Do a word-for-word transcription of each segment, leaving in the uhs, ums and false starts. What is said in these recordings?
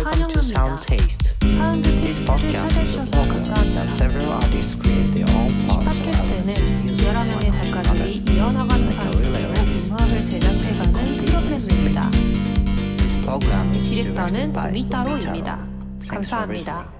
Welcome to Sound Taste. This podcast is a program that several artists create their own parts of elements using 여러 명의 작가들이 이어나가는 방식으로 음악을 제작해가는 프로그램입니다. This program is directed 디렉터는 by 우리따로입니다. Thanks for 감사합니다. listening.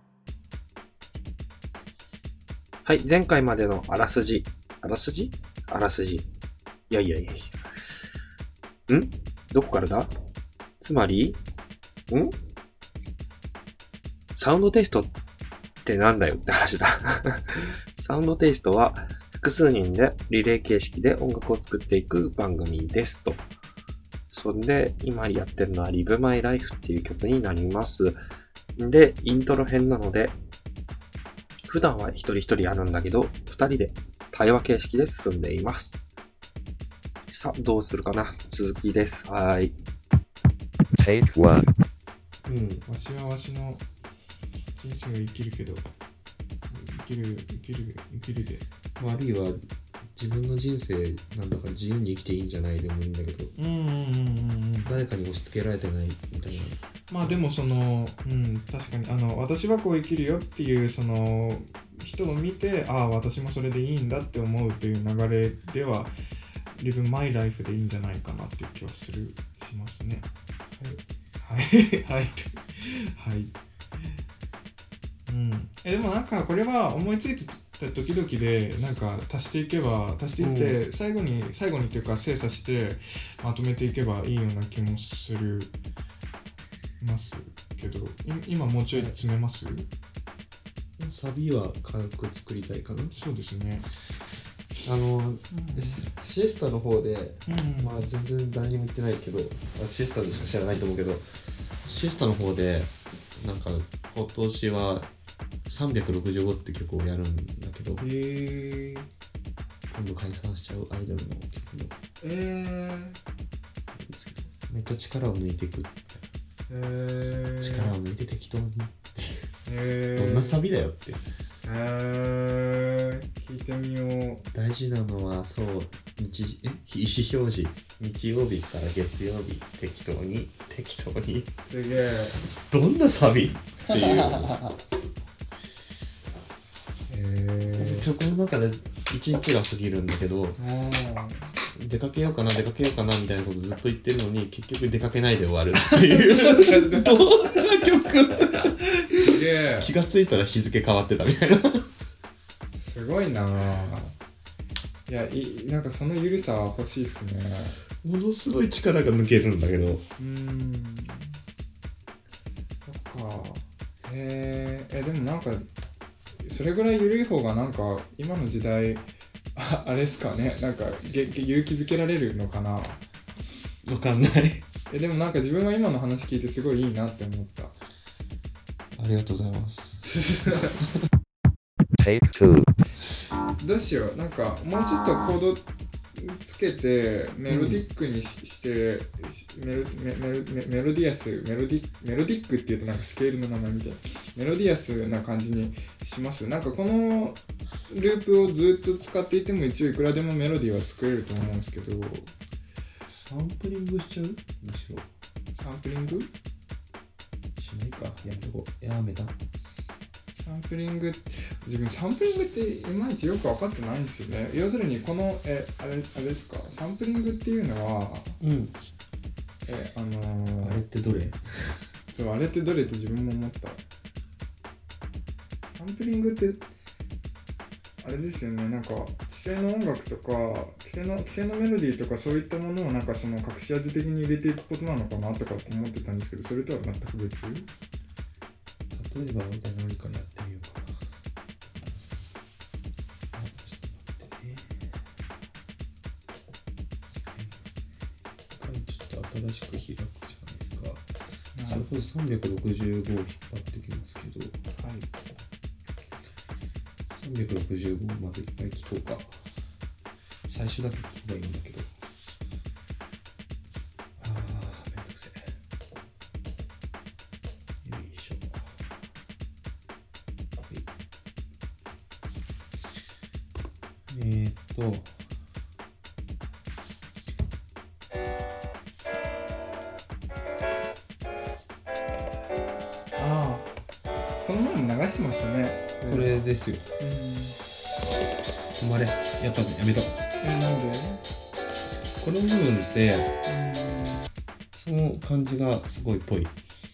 はい、前回までのあらすじ。あらすじあらすじ。いやいやいやいや。んどこからだつまりんサウンドテイストってなんだよって話だ。サウンドテイストは複数人でリレー形式で音楽を作っていく番組ですと。そんで、今やってるのは Live My Life っていう曲になります。で、イントロ編なので、普段は一人一人やるんだけど、二人で対話形式で進んでいます。さあ、どうするかな続きです。はーい。 Take one. うん、わしはわしの人生を生きるけど、生きる、生きる、生きるで。 まあ、あるいは自分の人生なんだから自由に生きていいんじゃないでもいいんだけど、 うんうんうんうんうん誰かに押し付けられてないみたいな。 まあでもその、うん、確かにあの私はこう生きるよっていうその人を見て、ああ私もそれでいいんだって思うという流れでは Live My Life でいいんじゃないかなっていう気はするしますね。はいはいはいはいうん、えでもなんかこれは思いついてた時々でなんか足していけば足していって、うん、最後に最後にというか精査してまとめていけばいいような気もするますけど、今もうちょい詰めます？ サビは軽く作りたいかな。 そうですね。 あの、うん、シエスタの方で、 うん、 まあ全然誰にも言ってないけど、シエスタでしか知らないと思うけど、シエスタの方でなんか今年はさんびゃくろくじゅうごって曲をやるんだけど、 へー、 今度解散しちゃうアイドルの曲の、 えー、 ですけど、めっちゃ力を抜いていく、 えー、 力を抜いて適当にっていう、 えー、 どんなサビだよって、 えー、聞いてみよう。 大事なのはそう日え意思表示、日曜日から月曜日適当に適当に、 すげえ、 どんなサビっていうえー、 曲の中で一日が過ぎるんだけど、出かけようかな出かけようかなみたいなことずっと言ってるのに結局出かけないで終わるっていうどんな曲すげえ、 気がついたら日付変わってたみたいなすごいなぁ。いやいなんかその緩さは欲しいっすね。 ものすごい力が抜けるんだけど、うーん、そっか。へえ、えでもなんかそれぐらい緩い方がなんか今の時代 あ, あれですかね、なんかげげ勇気づけられるのかな。 わかんないえでもなんか自分は今の話聞いてすごいいいなって思った。 ありがとうございます Take two. どうしよう、なんかもうちょっとコードつけてメロディックに し,、うん、してメロメメロメロディアスメロディメロディックっていうとなんかスケールの名前みたいな、メロディアスな感じにします。なんかこのループをずっと使っていても一応いくらでもメロディーは作れると思うんですけど、 サンプリングしちゃう？むしろサンプリングしないか、やめとこう、やめた。 サンプリング、自分サンプリングっていまいちよく分かってないんですよね。要するにこのえあれあれですか、サンプリングっていうのは、 うんえあのー、 あれってどれ？ そう、あれってどれって自分も思った。サンプリングってあれですよね、なんか既成の音楽とか既成の既成のメロディーとかそういったものをなんかその隠し味的に入れていくことなのかなとか思ってたんですけど、それとは全く別？ 例えば何かやってみようかな。あ、ちょっと待ってね。ちょっと新しく開くじゃないですか。それこそさんびゃくろくじゅうごを引っ張ってきますけど、 はい、 さんびゃくろくじゅうごをまず一回聞こうか。最初だけ聞けばいいんだけど、あーめんどくせえ。よいしょ。えーっとこの前も流してましたね。 これですよ。 うん。 止まれ。やっぱやめた。 え、なんで？ この部分ってうん。 その感じがすごいっぽい。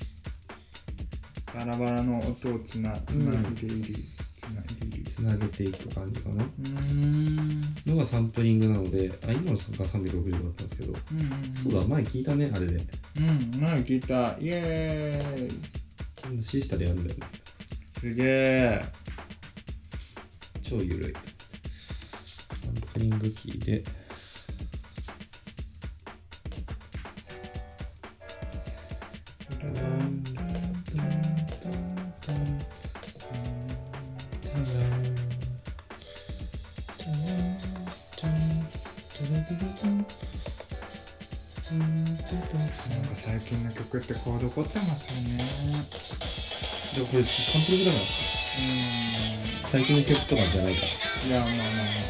バラバラの音をつなつなげている、つなげている。 つなげていく感じかな。 うーん。 のがサンプリングなので、あ、今のがさんびゃくろくじゅうだったんですけど、 うんうん。 そうだ、前聞いたね、あれで。 うん、前聞いた。イエーイ。 今度シースタでやるんだよね。 すげえ。 超ゆるい。サンプリングキーで、 なんか最近の曲ってコード凝ってますよね。 でもこれサンプリングだから、 う最近の曲とかじゃないから。 ーん。いや、まあまあま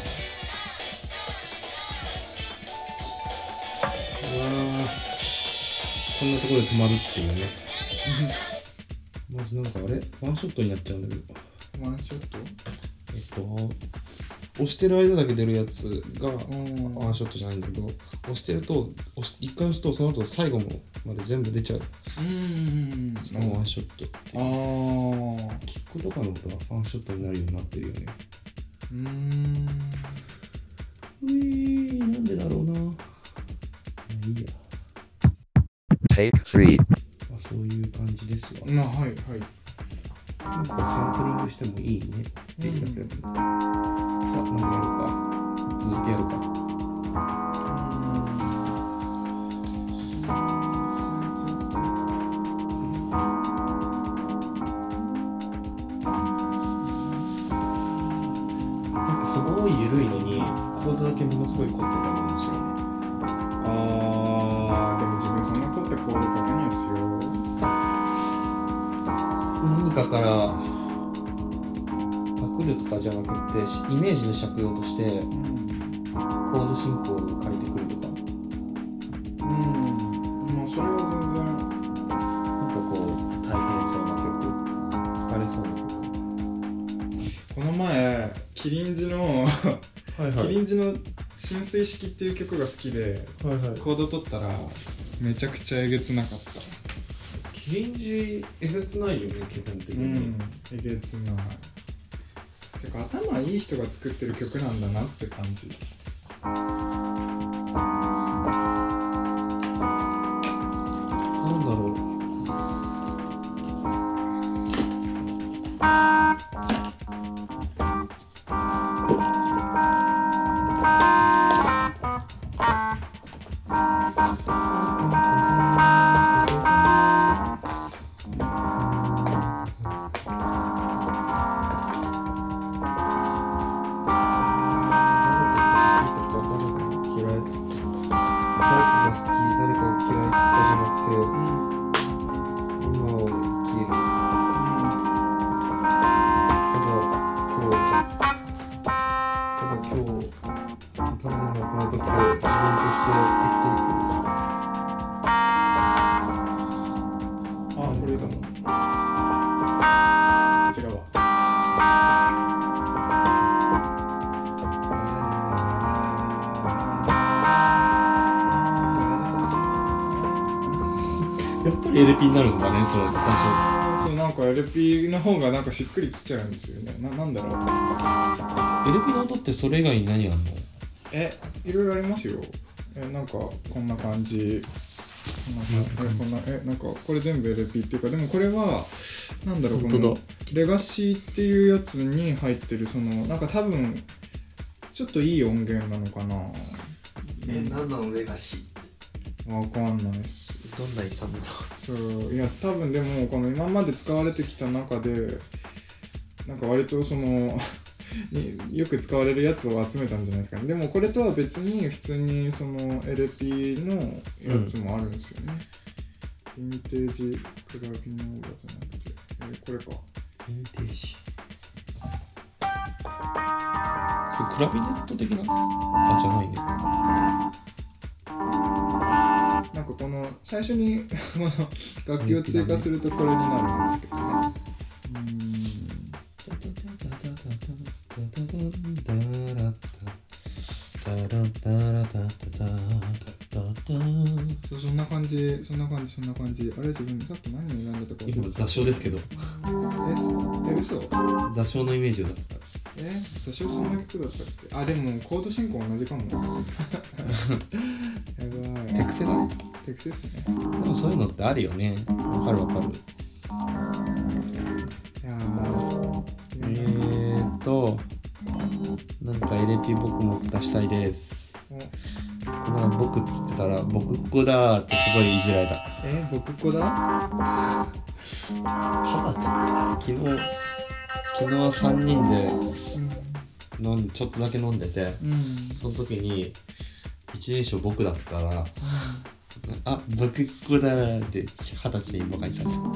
うわー、こんなところで止まるっていうね。まずなんかあれワンショットになっちゃうんだけど。 あ。ワンショット？ えっと、押してる間だけ出るやつがうんワンショットじゃないんだけど、押してると、押し一回押すとその後最後もまで全部出ちゃう。 うんうんそのワンショットっていう。 ああ。 キックとかのことがワンショットになるようになってるよね。 うーん。 ういー、なんでだろうな。まあいいや。 Take three. まあそういう感じですわ。 まあ、はいはい。 なんかサンプリングしてもいいねっていうだけだけど。さあ、なんかやるか。続きやるか。なんかすごい緩いのに、コードだけものすごい凝ってたんですよね。 あー、でも自分そんな凝ってコード書けないっすよ。 何かからパクるとかじゃなくて、イメージの借用としてうん。 コード進行を書いてくるとか、 うん。まあ、それは全然。 なんかこう大変そうな曲、疲れそうな曲。 この前、キリンジの、 はいキリンジの浸水式っていう曲が好きで、 はいはい。 コード取ったら、めちゃくちゃえげつなかった。 キリンジえげつないよね、基本的に。 えげつない。てか頭いい人が作ってる曲なんだなって感じ。 なんだろう。やっぱり エルピー になるんだね、それ最初。 そう、なんか エルピー の方がなんかしっくりきちゃうんですよね。な、なんだろう。 エルピー の音ってそれ以外に何あんの？ え、いろいろありますよ。え、なんかこんな感じ。こんな、え、こんな、え、なんかこれ全部 エルピー っていうか、でもこれはなんだろう、このレガシーっていうやつに入ってるそのなんか多分ちょっといい音源なのかな。 え、なんなのレガシーって。 わかんないっす。 どんな遺産なの？ そう、いや多分でもこの今まで使われてきた中でなんか割とそのによく使われるやつを集めたんじゃないですかね。でもこれとは別に普通にその エルピー のやつもあるんですよね。ヴィンテージクラビノーラじゃなくて、えー、これか。 ヴィンテージ。それクラビネット的な？あ、じゃないね。 なんかこの最初にこの楽器を追加するとこれになるんですけどね。 うーんそうそんな感じそんな感じそんな感じあれ自分さっき何を選んだとか今座礁ですけど、 ええ嘘座礁のイメージを出ってた。 え座礁そんな曲だったっけあでもコード進行同じかもやばい手癖だね。 手癖っすねでもそういうのってあるよね。わかるわかる。 いやーえーっとなんか エルピー 僕も出したいです。この前僕っつってたら僕っ子だーってすごいいじられた。 え僕っ子だ二十歳昨日昨日さんにんで飲んちょっとだけ飲んでて、 うん、うん、 その時に一人称僕だったからあ僕っ子だーって二十歳にバカにされてた。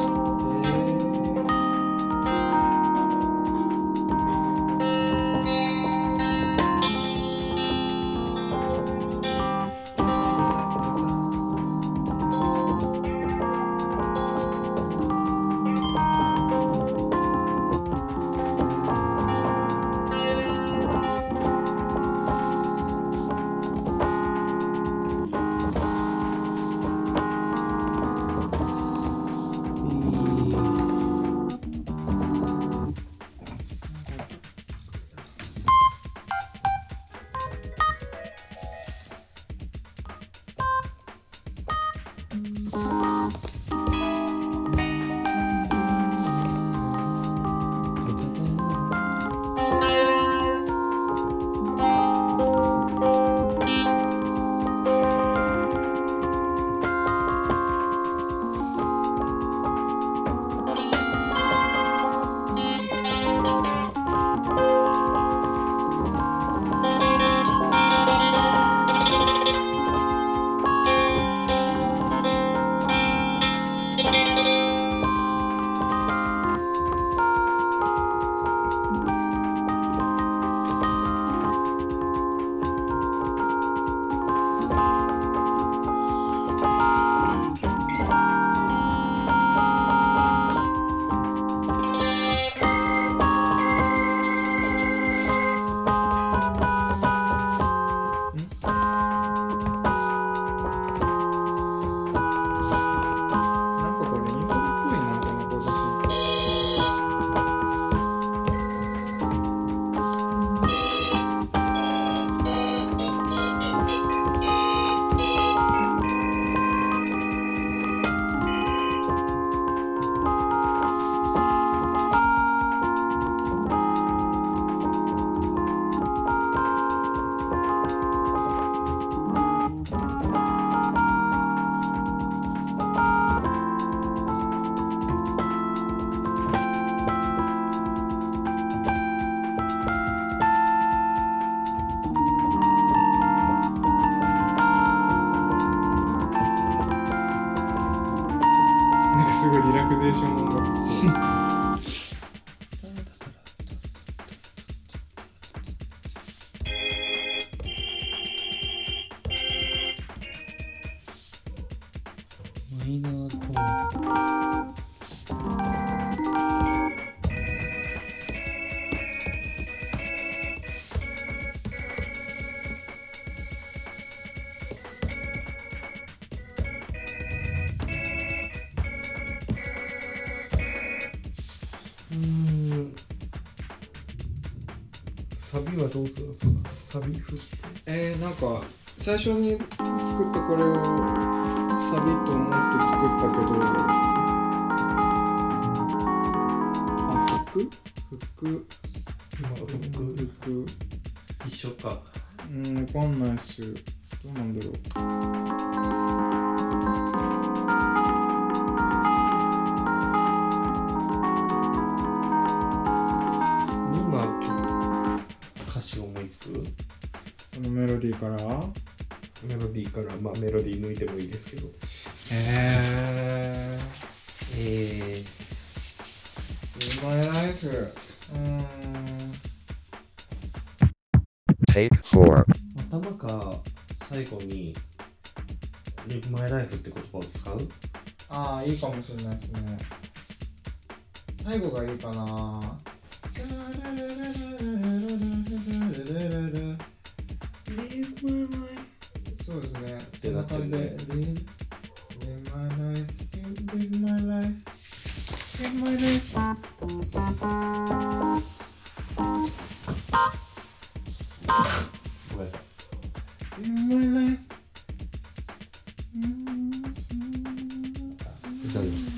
すごいリラクゼーション音楽マイナートーンサビはどうするんですか？サビフックえー、なんか最初に作ったこれをサビと思って作ったけどあフックフック今フックフック一緒か。 うんわかんないっすどうなんだろう歌詞思いつく？ このメロディーからメロディーからまあメロディー抜いてもいいですけど。 えー、えー、うまいライフ。うーん。 Take four。 頭か最後に Live My Life って言葉を使う？ ああいいかもしれないですね。 最後がいいかな。そうですね。 ってなってるね。 Live my life, live my life, live my life. ごめんなさい。 Live my life. 大丈夫です。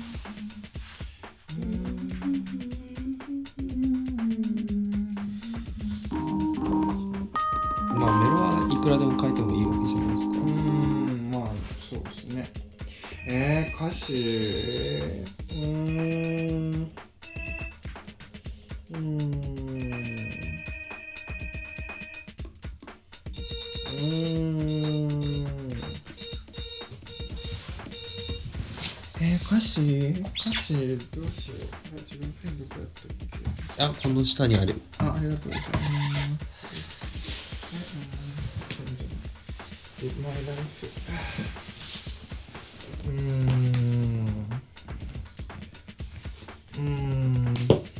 まあメロはいくらでも書いてもいいわけじゃないですか。 うーん、まあそうですね。えー、歌詞うーんうーんうーんえー、歌詞歌詞どうしよう。あ、自分ペンどこやったっけ。 あ、この下にある。 あ、ありがとうございます。え、うん、Live my life。うーん。うーん。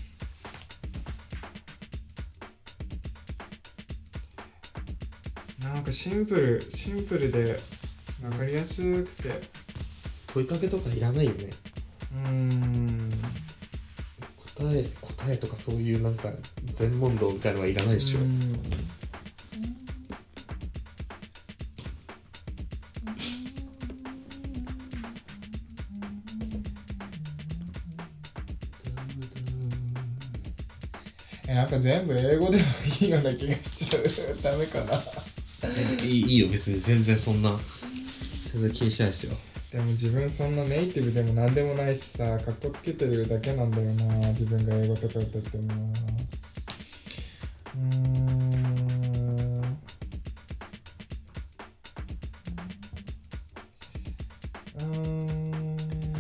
なんかシンプル、シンプルでわかりやすくて。 問いかけとかいらないよね。 うーん。 答え、答えとかそういうなんか全問答みたいなのはいらないでしょ。 うーんえ、なんか全部英語でもいいような気がしちゃう。ダメかな。 いい、いいよ別に全然そんな全然気にしないですよ。 でも自分そんなネイティブでもなんでもないしさ、かっこつけてるだけなんだよな。自分が英語とか歌ってもな。うーん。うーん。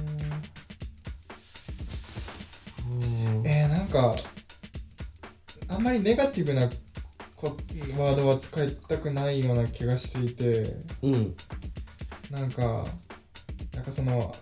えー、なんかあんまりネガティブなこワードは使いたくないような気がしていて、 うん。 なんかなんかその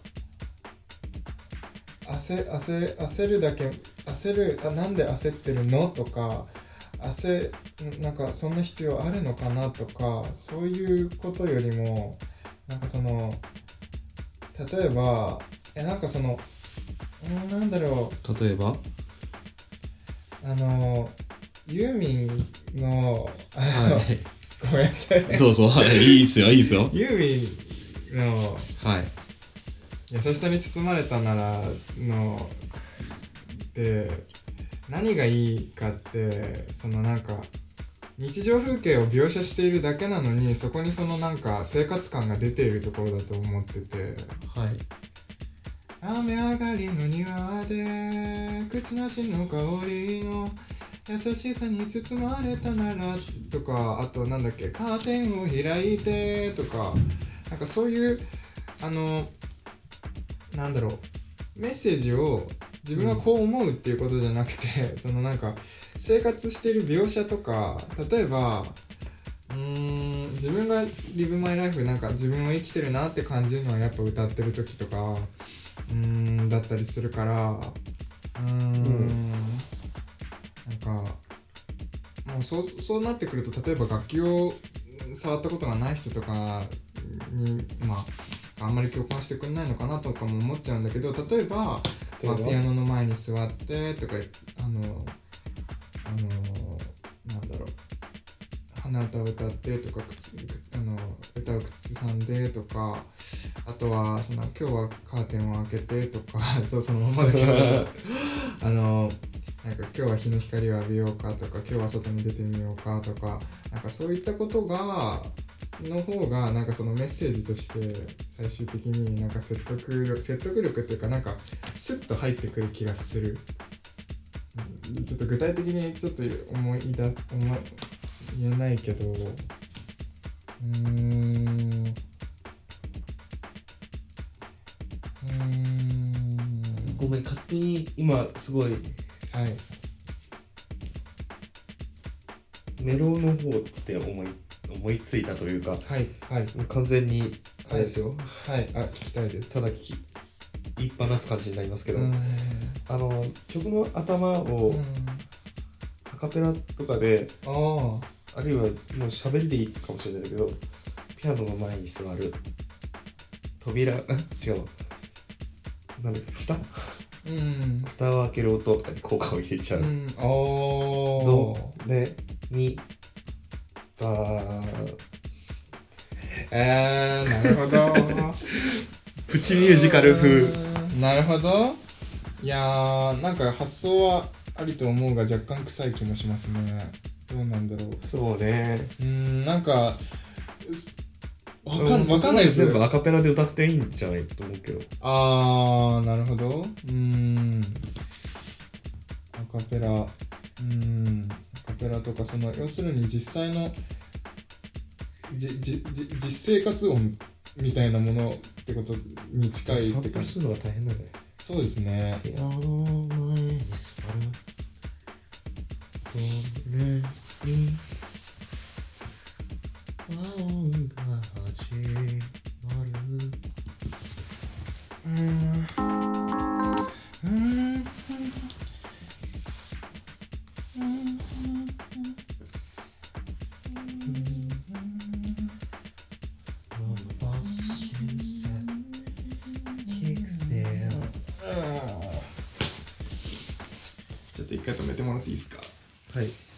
焦焦焦るだけ焦るあなんで焦ってるのとか焦なんかそんな必要あるのかなとかそういうことよりもなんかその例えばえなんかそのんなんだろ例えばうあのユーミンのあの、 はごめんなさいい。どうぞ。はい。いいっすよ。いいっすよ。 ユーミンのはい。 優しさに包まれたならので何がいいかってそのなんか日常風景を描写しているだけなのにそこにそのなんか生活感が出ているところだと思ってて、 はい。 雨上がりの庭で口なしの香りの優しさに包まれたならとかあとなんだっけカーテンを開いてとかなんかそういうあのなんだろうメッセージを自分はこう思うっていうことじゃなくて、うん、そのなんか生活してる描写とか例えばうーん自分がリブマイライフなんか自分を生きてるなって感じるのはやっぱ歌ってる時とかうーんだったりするからうーん、うんなんかもうそう、そうなってくると例えば楽器を触ったことがない人とかにまああんまり共感してくれないのかなとかも思っちゃうんだけど例えば、まあ、ピアノの前に座ってとかあのあのなんだろう鼻歌を歌ってとか口あの歌を口ずさんでとかあとはその今日はカーテンを開けてとかそうそのままだけどあのなんか今日は日の光を浴びようかとか今日は外に出てみようかとかなんかそういったことがの方がなんかそのメッセージとして最終的になんか説得力説得力っていうかなんかスッと入ってくる気がする。ちょっと具体的にちょっと思いだ思い言えないけどうーんうーんごめん、勝手に今すごいはいメロの方って思い思いついたというか、 はいはいもう完全にあれですよ。 はいあ聞きたいです。 ただ聞き言いっぱなす感じになりますけど、 うーんあの曲の頭をアカペラとかで、 うん、ああるいはもう喋りでいいかもしれないけど、ピアノの前に座る扉、違うなんだっけ、蓋うん、 蓋を開ける音とかに効果を入れちゃう、うん、 ドレミファえー、なるほどプチミュージカル風。 なるほど。いやー、なんか発想はありと思うが若干臭い気もしますね。どうなんだろう。 そうね。 うーん、なんかわかん、わかんないです。 全部アカペラで歌っていいんじゃないと思うけど。 あー、なるほど。うーん。アカペラ。うーん。アカペラとか、その、要するに実際の、じ、じ、じ、実生活音みたいなものってことに近いってサンプルするのが大変だね。 そうですね。 ピアノの前に座る。ドレミ和音が始まる。 うーん。うーん。ちょっと一回止めてもらっていいですか。 はい。